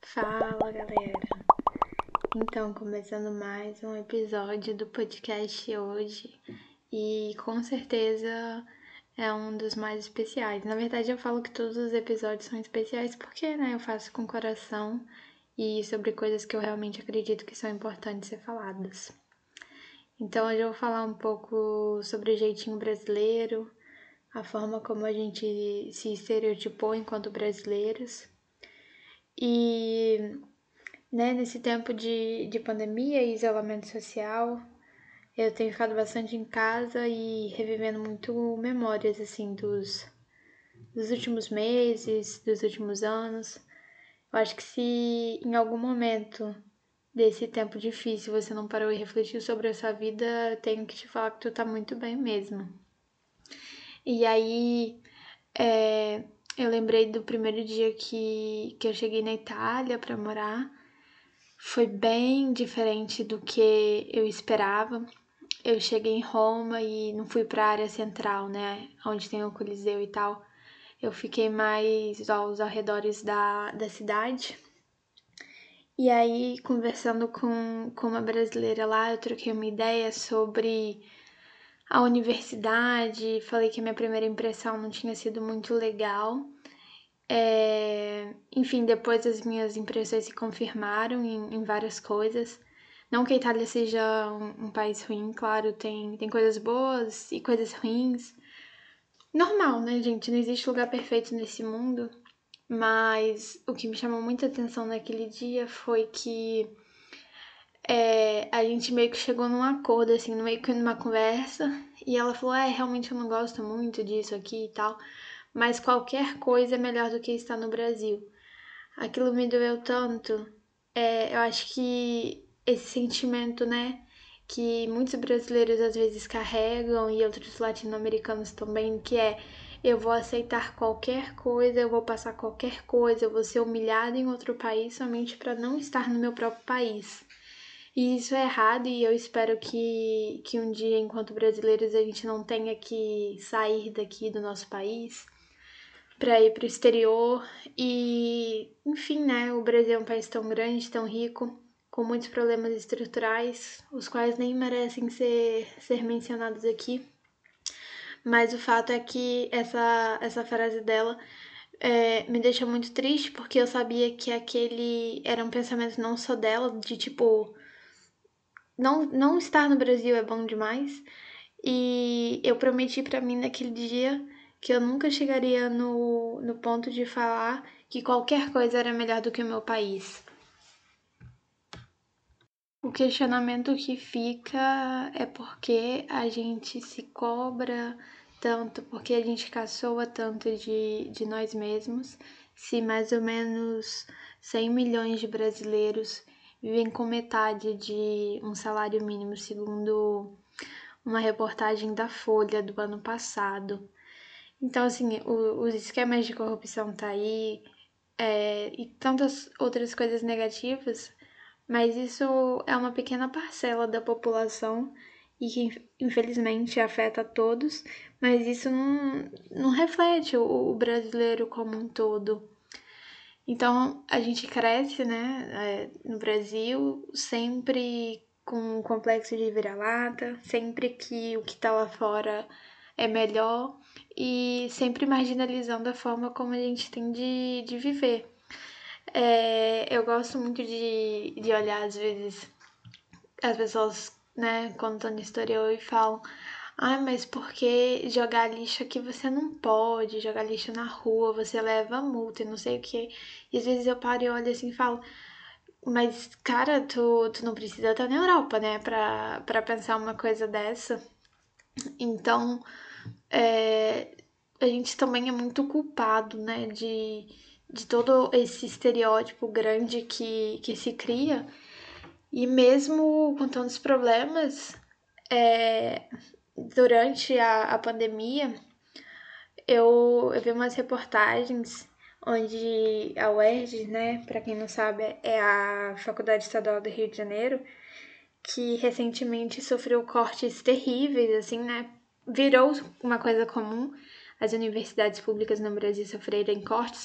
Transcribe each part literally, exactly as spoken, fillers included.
Fala, galera. Então, começando mais um episódio do podcast hoje e com certeza é um dos mais especiais. Na verdade, eu falo que todos os episódios são especiais porque, né, eu faço com coração e sobre coisas que eu realmente acredito que são importantes ser faladas. Então, hoje eu vou falar um pouco sobre o jeitinho brasileiro, a forma como a gente se estereotipou enquanto brasileiros. E né, nesse tempo de, de pandemia e isolamento social, eu tenho ficado bastante em casa e revivendo muito memórias, assim, dos, dos últimos meses, dos últimos anos. Eu acho que se em algum momento desse tempo difícil você não parou e refletiu sobre a sua vida, tenho que te falar que tu tá muito bem mesmo. E aí, é, eu lembrei do primeiro dia que, que eu cheguei na Itália pra morar. Foi bem diferente do que eu esperava. Eu cheguei em Roma e não fui para a área central, né, onde tem o Coliseu e tal. Eu fiquei mais aos arredores da, da cidade. E aí, conversando com, com uma brasileira lá, eu troquei uma ideia sobre a universidade. Falei que a minha primeira impressão não tinha sido muito legal. É, enfim, depois as minhas impressões se confirmaram em, em várias coisas. Não que a Itália seja um, um país ruim, claro, tem, tem coisas boas e coisas ruins. Normal, né, gente? Não existe lugar perfeito nesse mundo. Mas o que me chamou muita atenção naquele dia foi que é, a gente meio que chegou num acordo, assim, meio que numa conversa. E ela falou: É, realmente eu não gosto muito disso aqui e tal. Mas qualquer coisa é melhor do que estar no Brasil. Aquilo me doeu tanto. É, eu acho que esse sentimento, né, que muitos brasileiros às vezes carregam e outros latino-americanos também, que é eu vou aceitar qualquer coisa, eu vou passar qualquer coisa, eu vou ser humilhado em outro país somente para não estar no meu próprio país. E isso é errado e eu espero que, que um dia, enquanto brasileiros, a gente não tenha que sair daqui do nosso país para ir para o exterior e, enfim, né, o Brasil é um país tão grande, tão rico, com muitos problemas estruturais, os quais nem merecem ser, ser mencionados aqui. Mas o fato é que essa, essa frase dela é, me deixa muito triste, porque eu sabia que aquele era um pensamento não só dela, de tipo, não, não estar no Brasil é bom demais. E eu prometi para mim naquele dia que eu nunca chegaria no, no ponto de falar que qualquer coisa era melhor do que o meu país. O questionamento que fica é porque a gente se cobra tanto, porque a gente caçoa tanto de, de nós mesmos, se mais ou menos cem milhões de brasileiros vivem com metade de um salário mínimo, segundo uma reportagem da Folha do ano passado. Então, assim, o, os esquemas de corrupção tá aí, é, e tantas outras coisas negativas, mas isso é uma pequena parcela da população e que infelizmente afeta a todos, mas isso não, não reflete o, o brasileiro como um todo. Então a gente cresce, né, é, no Brasil, sempre com um complexo de vira-lata, sempre que o que tá lá fora é melhor e sempre marginalizando a forma como a gente tem de, de viver. É, eu gosto muito de, de olhar, às vezes, as pessoas, né, contando história e falam: Ai, mas por que jogar lixo aqui você não pode? Jogar lixo na rua, você leva multa e não sei o quê. E às vezes eu paro e olho assim e falo: Mas, cara, tu, tu não precisa estar na Europa, né, pra, pra pensar uma coisa dessa. Então, é, a gente também é muito culpado, né, de, de todo esse estereótipo grande que, que se cria. E mesmo com tantos problemas, é, durante a, a pandemia, eu, eu vi umas reportagens onde a U E R J, né, para quem não sabe, é a Faculdade Estadual do Rio de Janeiro, que recentemente sofreu cortes terríveis, assim, né? Virou uma coisa comum as universidades públicas no Brasil sofrerem cortes,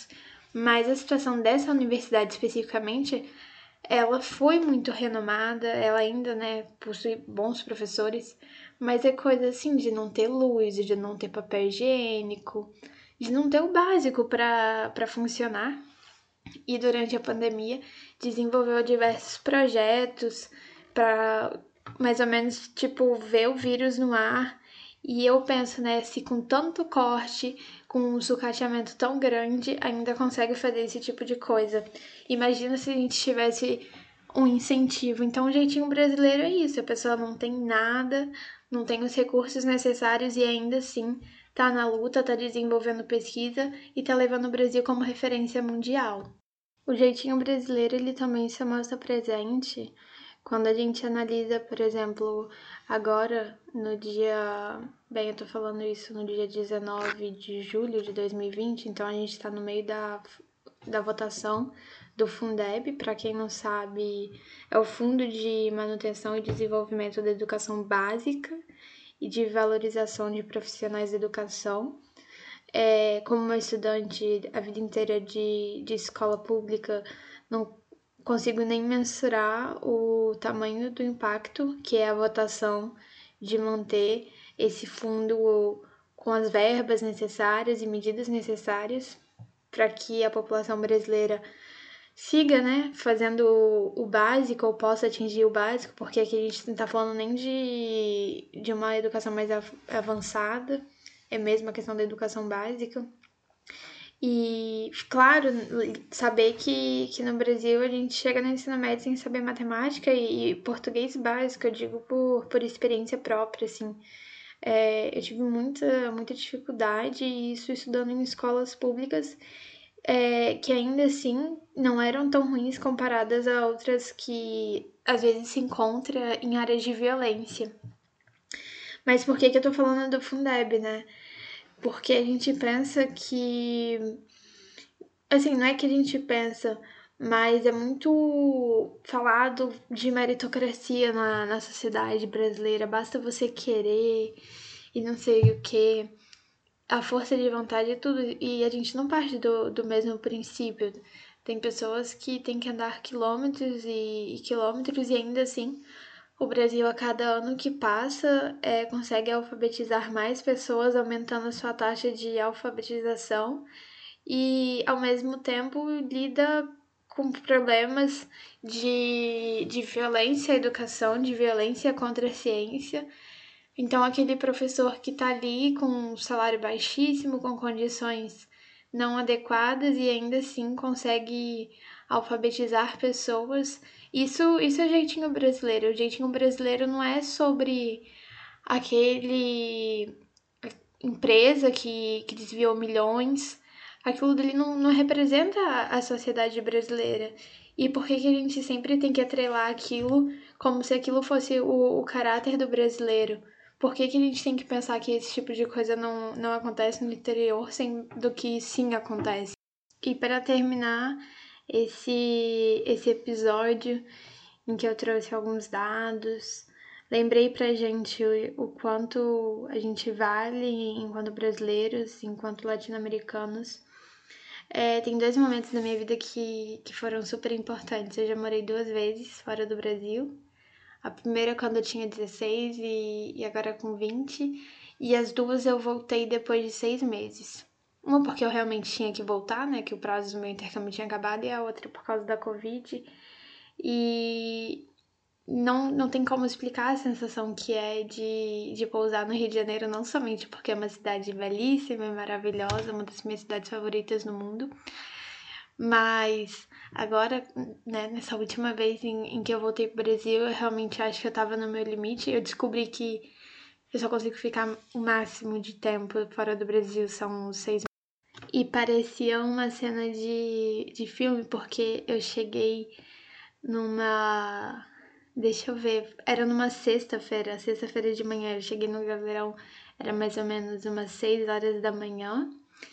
Mas a situação dessa universidade especificamente, ela foi muito renomada, ela ainda, né, possui bons professores, mas é coisa assim de não ter luz, de não ter papel higiênico, de não ter o básico para para funcionar. E durante a pandemia desenvolveu diversos projetos para mais ou menos tipo ver o vírus no ar. E eu penso, né, se com tanto corte, com um sucateamento tão grande, ainda consegue fazer esse tipo de coisa. Imagina se a gente tivesse um incentivo. Então, o jeitinho brasileiro é isso: a pessoa não tem nada, não tem os recursos necessários e ainda assim tá na luta, tá desenvolvendo pesquisa e tá levando o Brasil como referência mundial. O jeitinho brasileiro, ele também se mostra presente quando a gente analisa, por exemplo, agora no dia, bem, eu tô falando isso no dia dezenove de julho de dois mil e vinte, então a gente tá no meio da, da votação do Fundeb. Para quem não sabe, é o Fundo de Manutenção e Desenvolvimento da Educação Básica e de Valorização de Profissionais da Educação. É, como uma estudante a vida inteira de, de escola pública, não consigo nem mensurar o tamanho do impacto que é a votação de manter esse fundo com as verbas necessárias e medidas necessárias para que a população brasileira siga, né, fazendo o, o básico ou possa atingir o básico, porque aqui a gente não está falando nem de, de uma educação mais avançada, é mesmo a questão da educação básica. E, claro, saber que, que no Brasil a gente chega no ensino médio sem saber matemática e, e português básico, eu digo por, por experiência própria, assim. É, eu tive muita, muita dificuldade, e isso estudando em escolas públicas, é, que ainda assim não eram tão ruins comparadas a outras que às vezes se encontra em áreas de violência. Mas por que, que eu tô falando do Fundeb, né? Porque a gente pensa que. Assim, não é que a gente pensa, mas é muito falado de meritocracia na, na sociedade brasileira. Basta você querer e não sei o que. A força de vontade é tudo. E a gente não parte do, do mesmo princípio. Tem pessoas que têm que andar quilômetros e, e quilômetros e ainda assim o Brasil, a cada ano que passa, é, consegue alfabetizar mais pessoas, aumentando a sua taxa de alfabetização e, ao mesmo tempo, lida com problemas de, de violência à educação, de violência contra a ciência. Então, aquele professor que está ali com um salário baixíssimo, com condições não adequadas e ainda assim consegue alfabetizar pessoas. Isso, isso é jeitinho brasileiro. O jeitinho brasileiro não é sobre aquele empresa que, que desviou milhões. Aquilo dali não, não representa a sociedade brasileira. E por que, que a gente sempre tem que atrelar aquilo como se aquilo fosse o, o caráter do brasileiro? Por que, que a gente tem que pensar que esse tipo de coisa não, não acontece no interior, sendo que sim acontece? E para terminar esse, esse episódio em que eu trouxe alguns dados, lembrei pra gente o, o quanto a gente vale enquanto brasileiros, enquanto latino-americanos. É, tem dois momentos na minha vida que, que foram super importantes. Eu já morei duas vezes fora do Brasil. A primeira quando eu tinha dezesseis e, e agora com vinte. E as duas eu voltei depois de seis meses. Uma porque eu realmente tinha que voltar, né? Que o prazo do meu intercâmbio tinha acabado. E a outra por causa da Covid. E não, não tem como explicar a sensação que é de, de pousar no Rio de Janeiro. Não somente porque é uma cidade belíssima e maravilhosa. Uma das minhas cidades favoritas no mundo. Mas agora, né, nessa última vez em, em que eu voltei pro Brasil, eu realmente acho que eu tava no meu limite. Eu descobri que eu só consigo ficar o máximo de tempo fora do Brasil, são seis meses. E parecia uma cena de, de filme, porque eu cheguei numa. Deixa eu ver, era numa sexta-feira, sexta-feira de manhã. Eu cheguei no Gavião, era mais ou menos umas seis horas da manhã.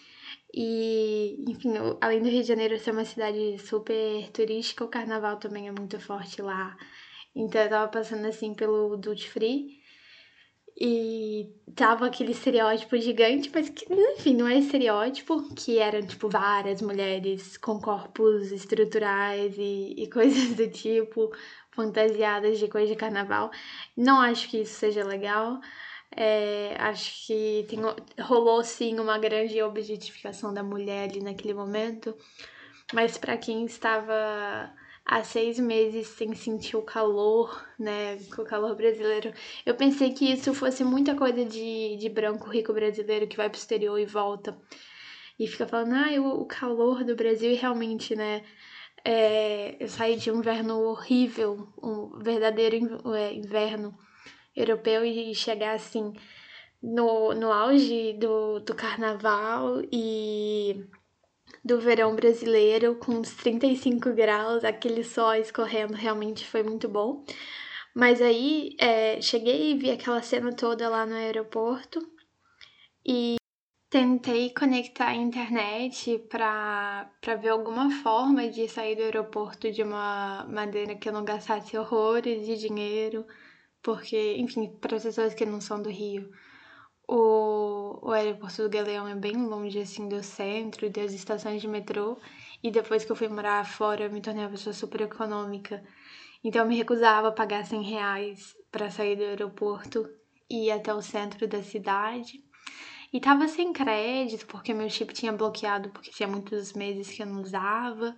E, enfim, além do Rio de Janeiro ser uma cidade super turística, o carnaval também é muito forte lá. Então eu tava passando assim pelo Duty Free E tava aquele estereótipo gigante, mas que, enfim, não é estereótipo, que eram, tipo, várias mulheres com corpos estruturais e, e coisas do tipo, fantasiadas de coisa de carnaval. Não acho que isso seja legal. É, acho que tem, rolou, sim, uma grande objetificação da mulher ali naquele momento. Mas para quem estava há seis meses sem sentir o calor, né, com o calor brasileiro, eu pensei que isso fosse muita coisa de, de branco rico brasileiro que vai pro exterior e volta e fica falando, ah, o, o calor do Brasil, e realmente, né, é, eu saí de um inverno horrível, um verdadeiro inverno europeu, e chegar assim no, no auge do, do carnaval e do verão brasileiro, com uns trinta e cinco graus, aquele sol escorrendo, realmente foi muito bom. Mas aí é, cheguei e vi aquela cena toda lá no aeroporto e tentei conectar a internet para ver alguma forma de sair do aeroporto de uma maneira que eu não gastasse horrores de dinheiro, porque, enfim, para as pessoas que não são do Rio, o, o aeroporto do Galeão é bem longe, assim, do centro e das estações de metrô. E depois que eu fui morar fora, eu me tornei uma pessoa super econômica. Então eu me recusava a pagar cem reais para sair do aeroporto e ir até o centro da cidade. E tava sem crédito, porque meu chip tinha bloqueado, porque tinha muitos meses que eu não usava.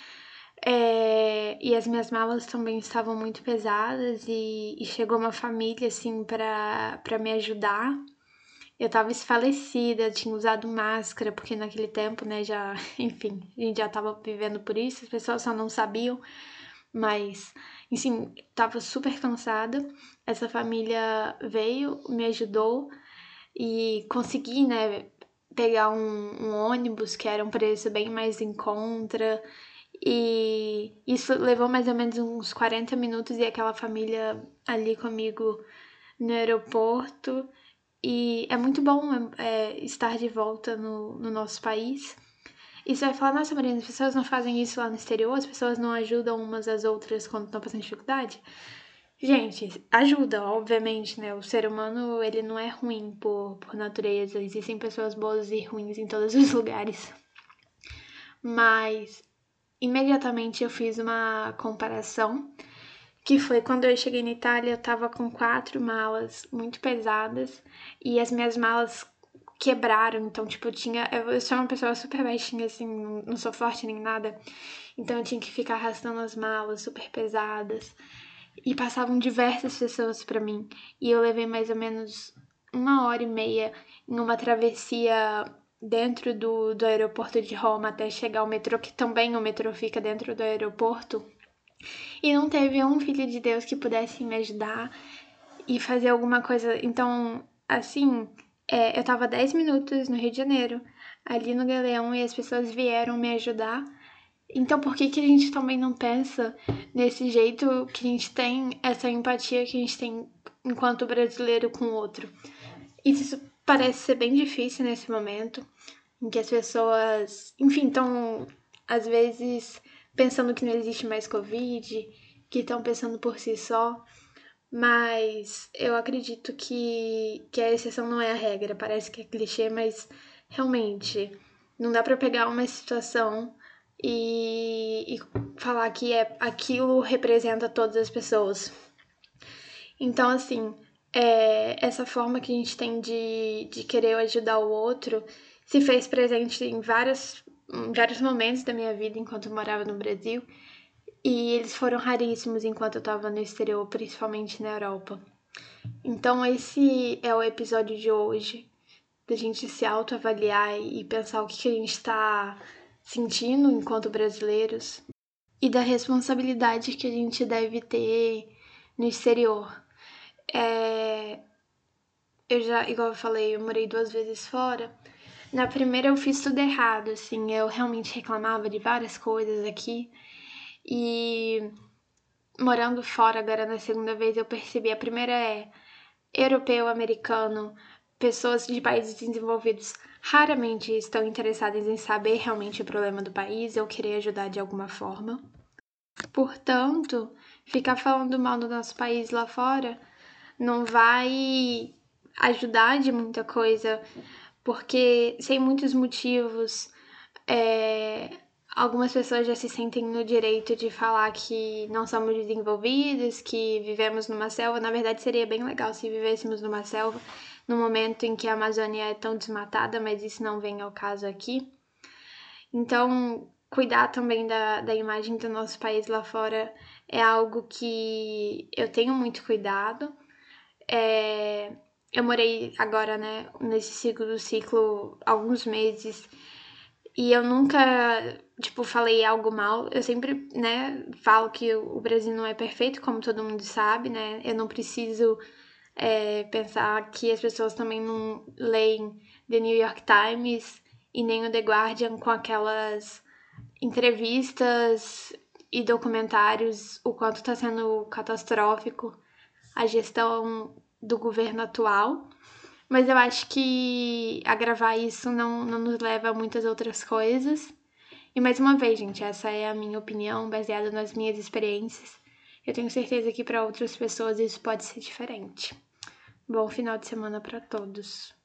É, e as minhas malas também estavam muito pesadas e, e chegou uma família, assim, para me ajudar. Eu tava esfalecida, tinha usado máscara, porque naquele tempo, né, já, enfim, a gente já tava vivendo por isso, as pessoas só não sabiam, mas, enfim, tava super cansada. Essa família veio, me ajudou e consegui, né, pegar um, um ônibus que era um preço bem mais em conta. E isso levou mais ou menos uns quarenta minutos e aquela família ali comigo no aeroporto. E é muito bom é, estar de volta no, no nosso país. E você vai falar, nossa, Marina, as pessoas não fazem isso lá no exterior? As pessoas não ajudam umas às outras quando estão passando dificuldade? Gente, ajuda, obviamente, né? O ser humano, ele não é ruim por, por natureza. Existem pessoas boas e ruins em todos os lugares. Mas, imediatamente eu fiz uma comparação, que foi quando eu cheguei na Itália, eu tava com quatro malas muito pesadas e as minhas malas quebraram, então, tipo, eu tinha. Eu sou uma pessoa super baixinha, assim, não sou forte nem nada, então eu tinha que ficar arrastando as malas super pesadas e passavam diversas pessoas pra mim e eu levei mais ou menos uma hora e meia em uma travessia dentro do, do aeroporto de Roma até chegar ao metrô, que também o metrô fica dentro do aeroporto. E não teve um filho de Deus que pudesse me ajudar e fazer alguma coisa. Então, assim, é, eu tava dez minutos no Rio de Janeiro, ali no Galeão, e as pessoas vieram me ajudar. Então, por que, que a gente também não pensa nesse jeito que a gente tem, essa empatia que a gente tem enquanto brasileiro com o outro? Isso parece ser bem difícil nesse momento, em que as pessoas, enfim, estão às vezes pensando que não existe mais Covid, que estão pensando por si só, mas eu acredito que, que a exceção não é a regra. Parece que é clichê, mas realmente não dá pra pegar uma situação e, e falar que é, aquilo representa todas as pessoas. Então, assim, é, essa forma que a gente tem de, de querer ajudar o outro se fez presente em vários, em vários momentos da minha vida enquanto eu morava no Brasil. E eles foram raríssimos enquanto eu estava no exterior, principalmente na Europa. Então, esse é o episódio de hoje, da gente se autoavaliar e pensar o que a gente está sentindo enquanto brasileiros e da responsabilidade que a gente deve ter no exterior. É, eu já, igual eu falei, eu morei duas vezes fora. Na primeira eu fiz tudo errado, assim, eu realmente reclamava de várias coisas aqui. E morando fora agora na segunda vez eu percebi, a primeira é europeu, americano, pessoas de países desenvolvidos raramente estão interessadas em saber realmente o problema do país ou querer ajudar de alguma forma. Portanto, ficar falando mal do nosso país lá fora não vai ajudar de muita coisa, porque sem muitos motivos, é, algumas pessoas já se sentem no direito de falar que não somos desenvolvidos, que vivemos numa selva. Na verdade, seria bem legal se vivêssemos numa selva no momento em que a Amazônia é tão desmatada, mas isso não vem ao caso aqui. Então, cuidar também da, da imagem do nosso país lá fora é algo que eu tenho muito cuidado. É, eu morei agora, né, nesse segundo ciclo, alguns meses, e eu nunca, tipo, falei algo mal. Eu sempre, né, falo que o Brasil não é perfeito, como todo mundo sabe, né? Eu não preciso é, pensar que as pessoas também não leem The New York Times e nem o The Guardian com aquelas entrevistas e documentários, o quanto está sendo catastrófico a gestão do governo atual. Mas eu acho que agravar isso não, não nos leva a muitas outras coisas. E mais uma vez, gente, essa é a minha opinião baseada nas minhas experiências. Eu tenho certeza que para outras pessoas isso pode ser diferente. Bom final de semana para todos.